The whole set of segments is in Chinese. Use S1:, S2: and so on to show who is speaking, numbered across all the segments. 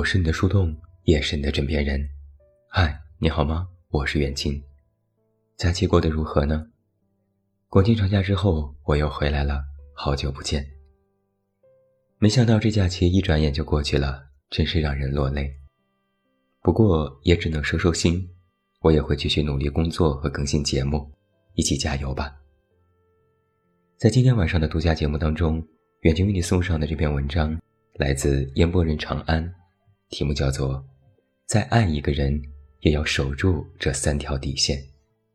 S1: 我是你的树洞，也是你的枕边人。嗨，你好吗？我是远近。假期过得如何呢？国庆长假之后，我又回来了，好久不见。没想到这假期一转眼就过去了，真是让人落泪。不过也只能收收心，我也会继续努力工作和更新节目，一起加油吧。在今天晚上的独家节目当中，远近为你送上的这篇文章来自烟波人长安，题目叫做再爱一个人也要守住这3条底线。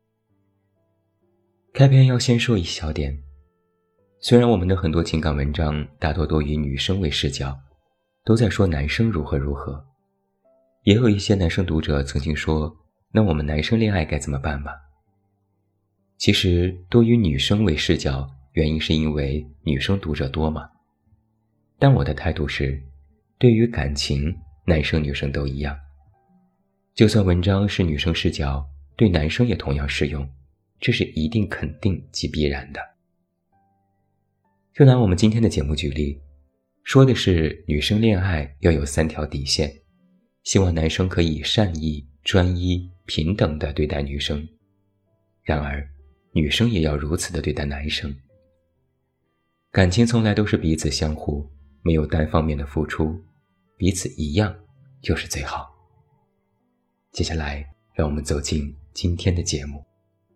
S1: 开篇要先说一小点，虽然我们的很多情感文章大多都以女生为视角，都在说男生如何如何，也有一些男生读者曾经说，那我们男生恋爱该怎么办吧？其实多以女生为视角，原因是因为女生读者多嘛。但我的态度是，对于感情，男生女生都一样。就算文章是女生视角，对男生也同样适用，这是一定肯定及必然的。就拿我们今天的节目举例，说的是女生恋爱要有3条底线，希望男生可以善意、专一、平等地对待女生。然而，女生也要如此地对待男生。感情从来都是彼此相互，没有单方面的付出，彼此一样就是最好。接下来，让我们走进今天的节目。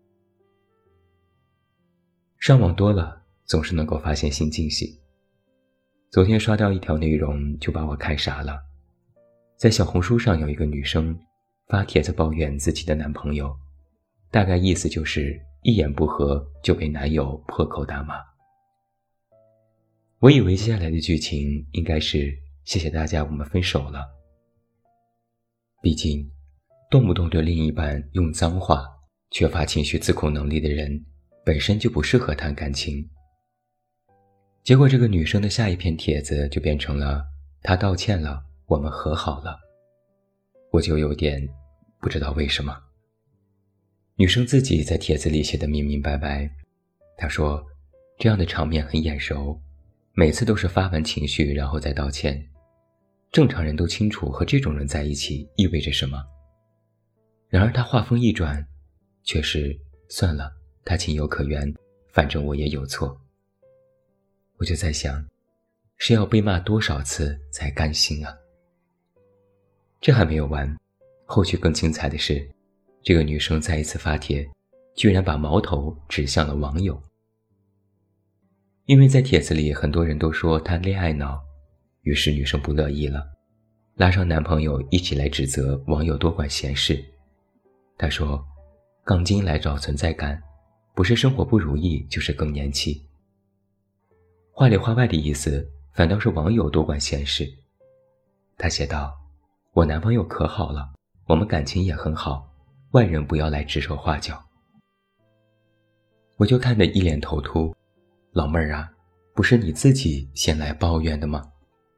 S1: 上网多了，总是能够发现新惊喜。昨天刷到一条内容，就把我看傻了。在小红书上有一个女生发帖子抱怨自己的男朋友，大概意思就是一言不合就被男友破口大骂。我以为接下来的剧情应该是谢谢大家，我们分手了。毕竟动不动对另一半用脏话，缺乏情绪自控能力的人本身就不适合谈感情。结果这个女生的下一篇帖子就变成了她道歉了，我们和好了。我就有点不知道为什么。女生自己在帖子里写得明明白白，她说这样的场面很眼熟，每次都是发完情绪然后再道歉，正常人都清楚和这种人在一起意味着什么。然而他话锋一转，却是算了，他情有可原，反正我也有错。我就在想，是要被骂多少次才甘心啊？这还没有完，后续更精彩的是，这个女生再一次发帖，居然把矛头指向了网友。因为在帖子里很多人都说她恋爱脑，于是女生不乐意了，拉上男朋友一起来指责网友多管闲事。她说杠精来找存在感，不是生活不如意就是更年期。话里话外的意思反倒是网友多管闲事。她写道，我男朋友可好了，我们感情也很好，外人不要来指手画脚。我就看得一脸头秃，老妹儿啊，不是你自己先来抱怨的吗？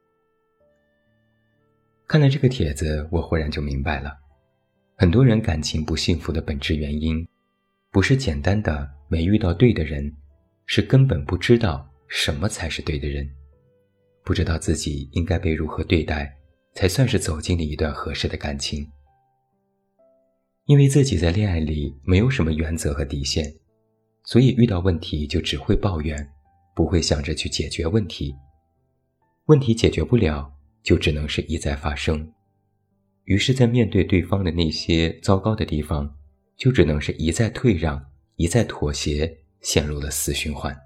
S1: 看了这个帖子，我忽然就明白了，很多人感情不幸福的本质原因，不是简单的没遇到对的人，是根本不知道什么才是对的人，不知道自己应该被如何对待，才算是走进了一段合适的感情。因为自己在恋爱里没有什么原则和底线，所以遇到问题就只会抱怨，不会想着去解决问题。问题解决不了，就只能是一再发生。于是在面对对方的那些糟糕的地方，就只能是一再退让，一再妥协，陷入了死循环。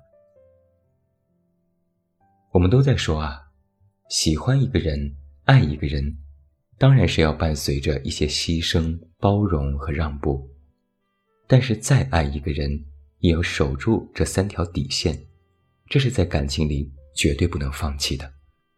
S1: 我们都在说啊，喜欢一个人，爱一个人，当然是要伴随着一些牺牲、包容和让步。但是再爱一个人，也要守住这3条底线，这是在感情里绝对不能放弃的。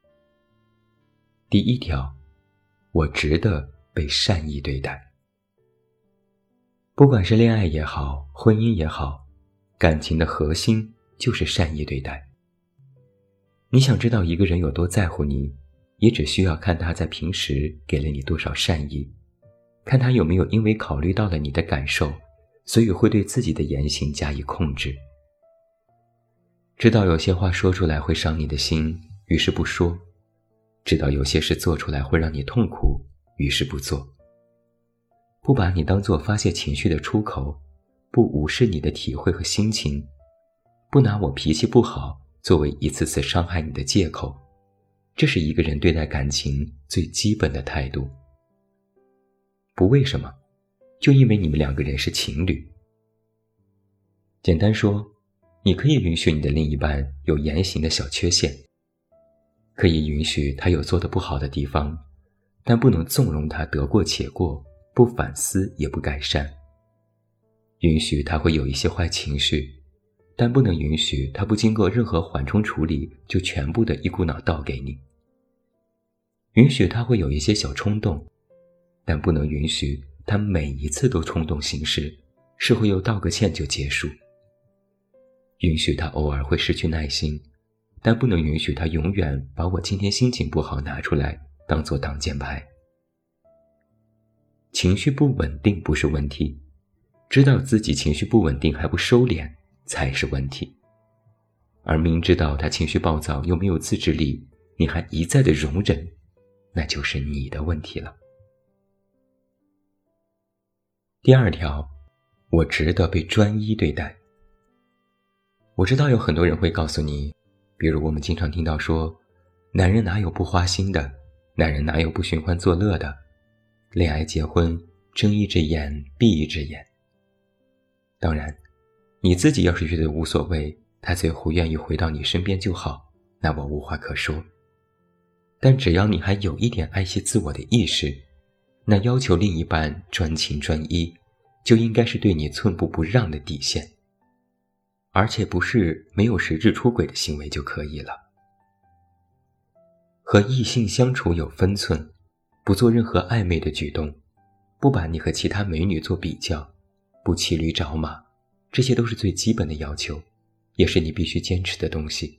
S1: 第1条，我值得被善意对待。不管是恋爱也好，婚姻也好，感情的核心就是善意对待。你想知道一个人有多在乎你，也只需要看他在平时给了你多少善意，看他有没有因为考虑到了你的感受，所以会对自己的言行加以控制。知道有些话说出来会伤你的心，于是不说， 知道有些事做出来会让你痛苦，于是不做。不把你当作发泄情绪的出口，不无视你的体会和心情，不拿我脾气不好作为一次次伤害你的借口，这是一个人对待感情最基本的态度。不为什么，就因为你们两个人是情侣。简单说，你可以允许你的另一半有言行的小缺陷，可以允许他有做得不好的地方，但不能纵容他得过且过，不反思也不改善。允许他会有一些坏情绪，但不能允许他不经过任何缓冲处理就全部的一股脑倒给你。允许他会有一些小冲动，但不能允许他每一次都冲动行事，事后又道个歉就结束。允许他偶尔会失去耐心，但不能允许他永远把我今天心情不好拿出来当作挡箭牌。情绪不稳定不是问题，知道自己情绪不稳定还不收敛才是问题。而明知道他情绪暴躁又没有自制力，你还一再的容忍，那就是你的问题了。第二条，我值得被专一对待。我知道有很多人会告诉你，比如我们经常听到说，男人哪有不花心的，男人哪有不寻欢作乐的，恋爱结婚，睁一只眼闭一只眼。当然，你自己要是觉得无所谓，他最后愿意回到你身边就好，那我无话可说。但只要你还有一点爱惜自我的意识，那要求另一半专情专一，就应该是对你寸步不让的底线，而且不是没有实质出轨的行为就可以了。和异性相处有分寸，不做任何暧昧的举动，不把你和其他美女做比较，不骑驴找马，这些都是最基本的要求，也是你必须坚持的东西。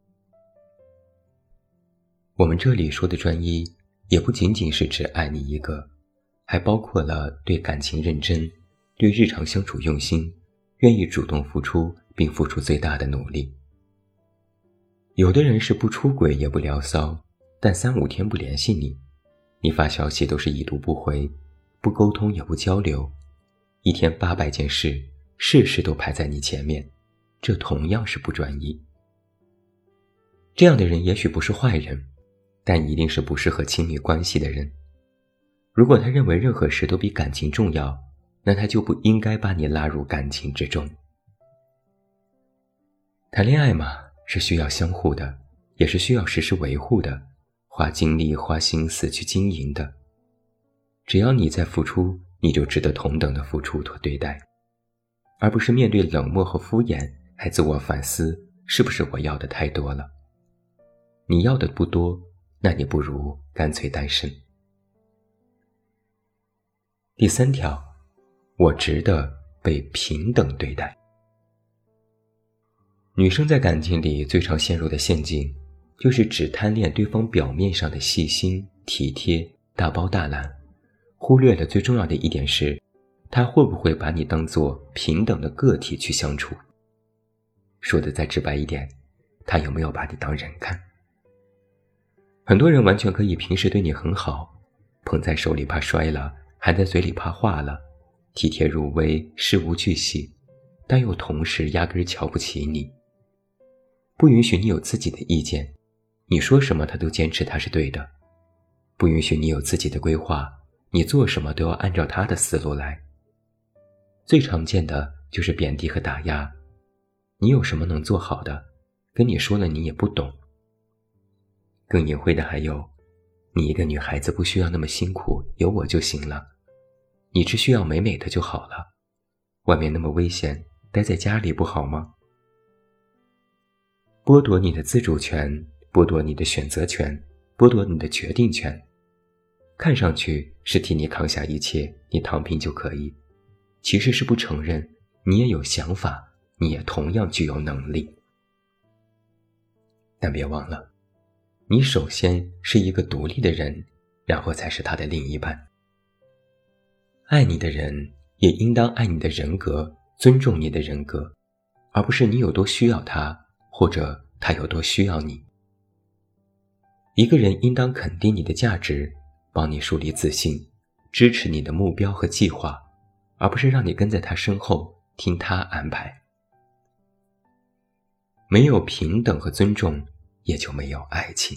S1: 我们这里说的专一，也不仅仅是只爱你一个，还包括了对感情认真，对日常相处用心，愿意主动付出并付出最大的努力。有的人是不出轨也不聊骚，但3-5天不联系你，你发消息都是已读不回，不沟通也不交流，一天800件事，事事都排在你前面，这同样是不专一。这样的人也许不是坏人，但一定是不适合亲密关系的人。如果他认为任何事都比感情重要，那他就不应该把你拉入感情之中。谈恋爱嘛，是需要相互的，也是需要时时维护的，花精力花心思去经营的。只要你在付出，你就值得同等的付出和对待，而不是面对冷漠和敷衍还自我反思，是不是我要的太多了？你要的不多，那你不如干脆单身。第3条，我值得被平等对待。女生在感情里最常陷入的陷阱，就是只贪恋对方表面上的细心、体贴、大包大揽，忽略了最重要的一点是，他会不会把你当作平等的个体去相处。说的再直白一点，他有没有把你当人看。很多人完全可以平时对你很好，捧在手里怕摔了，含在嘴里怕化了，体贴入微，事无巨细，但又同时压根瞧不起你，不允许你有自己的意见，你说什么他都坚持他是对的，不允许你有自己的规划，你做什么都要按照他的思路来。最常见的就是贬低和打压，你有什么能做好的，跟你说了你也不懂。更隐晦的还有，你一个女孩子不需要那么辛苦，有我就行了，你只需要美美的就好了，外面那么危险，待在家里不好吗？剥夺你的自主权，剥夺你的选择权，剥夺你的决定权，看上去是替你扛下一切，你躺平就可以，其实是不承认你也有想法，你也同样具有能力。但别忘了，你首先是一个独立的人，然后才是他的另一半。爱你的人也应当爱你的人格，尊重你的人格，而不是你有多需要他，或者他有多需要你。 一个人应当肯定你的价值，帮你树立自信，支持你的目标和计划，而不是让你跟在他身后听他安排。没有平等和尊重，也就没有爱情。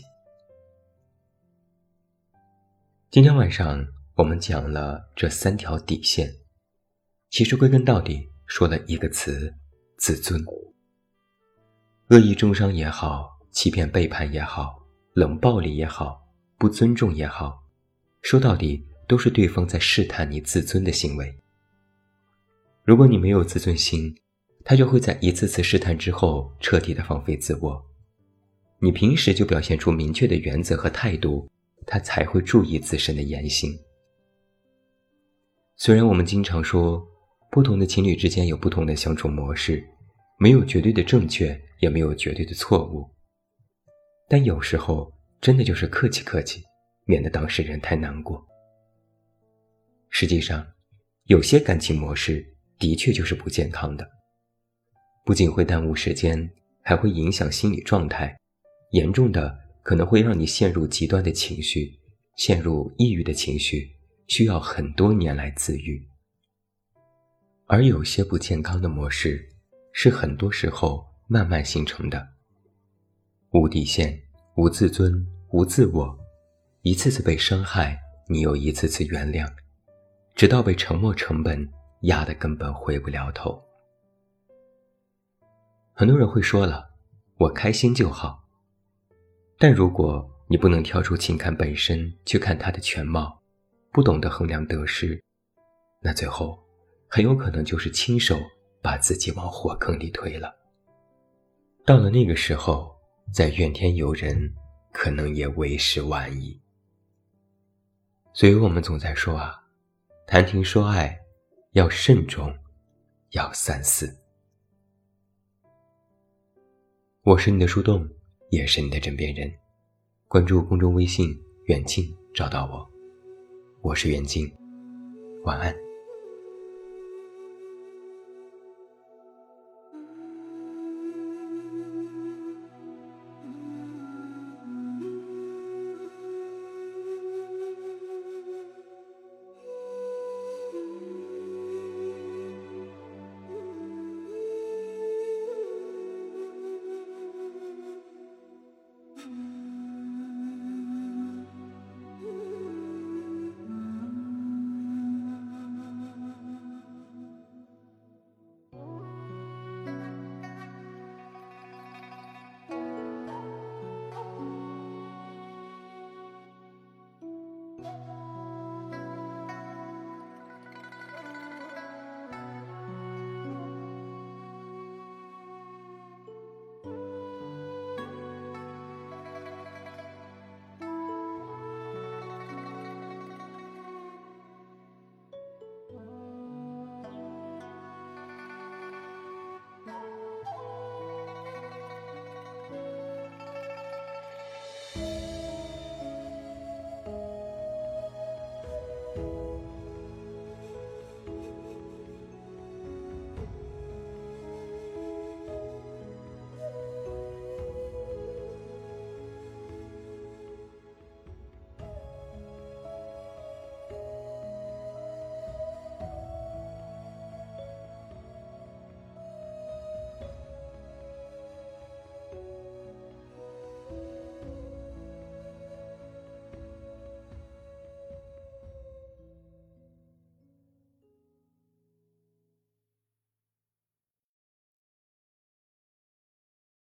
S1: 今天晚上我们讲了这3条底线，其实归根到底说了一个词：自尊。恶意中伤也好，欺骗背叛也好，冷暴力也好，不尊重也好，说到底都是对方在试探你自尊的行为。如果你没有自尊心，他就会在一次次试探之后彻底的放飞自我。你平时就表现出明确的原则和态度，他才会注意自身的言行。虽然我们经常说，不同的情侣之间有不同的相处模式，没有绝对的正确，也没有绝对的错误，但有时候真的就是客气客气，免得当事人太难过。实际上，有些感情模式的确就是不健康的，不仅会耽误时间，还会影响心理状态，严重的可能会让你陷入极端的情绪，陷入抑郁的情绪，需要很多年来自愈。而有些不健康的模式，是很多时候慢慢形成的，无底线，无自尊，无自我，一次次被伤害，你又一次次原谅，直到被沉没成本压得根本回不了头。很多人会说了，我开心就好。但如果你不能跳出情感本身去看它的全貌，不懂得衡量得失，那最后很有可能就是亲手把自己往火坑里推了。到了那个时候，再怨天尤人，可能也为时晚矣。所以我们总在说啊，谈情说爱要慎重，要三思。我是你的树洞，也是你的枕边人。关注公众微信远近找到我，我是远近，晚安。